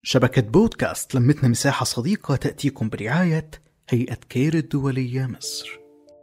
شبكة بودكاست لمتنا مساحة صديقة تأتيكم برعاية هيئة كير الدولية مصر.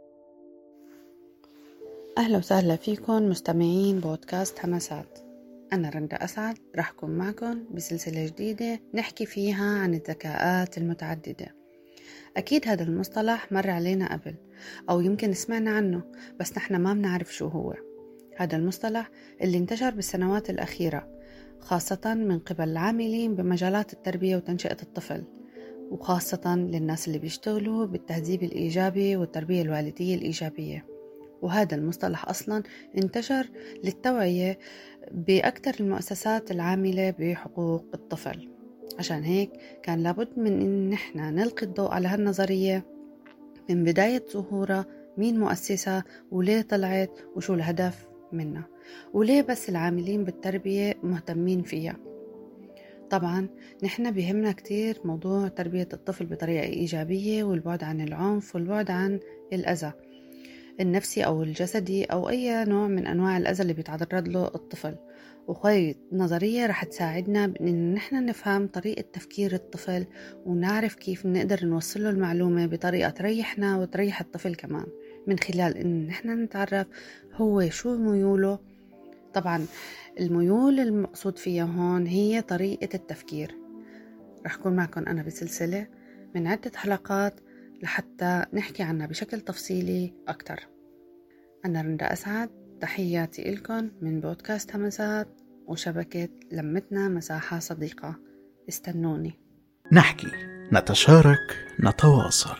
أهلا وسهلا فيكم مستمعين بودكاست همسات. أنا رندا أسعد رح أكون معكم بسلسلة جديدة نحكي فيها عن الذكاءات المتعددة. أكيد هذا المصطلح مر علينا قبل أو يمكن سمعنا عنه، بس نحن ما بنعرف شو هو. هذا المصطلح اللي انتشر بالسنوات الأخيرة خاصة من قبل العاملين بمجالات التربية وتنشئة الطفل، وخاصة للناس اللي بيشتغلوا بالتهذيب الإيجابي والتربية الوالدية الإيجابية. وهذا المصطلح أصلا انتشر للتوعية بأكثر المؤسسات العاملة بحقوق الطفل. عشان هيك كان لابد من إن نحنا نلقي الضوء على هالنظرية من بداية ظهورها، مين مؤسسة وليه طلعت وشو الهدف منها وليه بس العاملين بالتربية مهتمين فيها. طبعا نحن بيهمنا كتير موضوع تربية الطفل بطريقة إيجابية والبعد عن العنف والبعد عن الأذى النفسي أو الجسدي أو أي نوع من أنواع الأذى اللي بيتعرض له الطفل. وهي نظرية رح تساعدنا بأن نحن نفهم طريقة تفكير الطفل ونعرف كيف نقدر نوصل له المعلومة بطريقة تريحنا وتريح الطفل كمان، من خلال أن نحن نتعرف هو شو ميوله. طبعا الميول المقصود فيها هون هي طريقة التفكير. رح أكون معكم أنا بسلسلة من عدة حلقات لحتى نحكي عنها بشكل تفصيلي أكتر. أنا رندا أسعد، تحياتي إلكم من بودكاست همسات وشبكة لمتنا مساحة صديقة. استنوني. نحكي، نتشارك، نتواصل.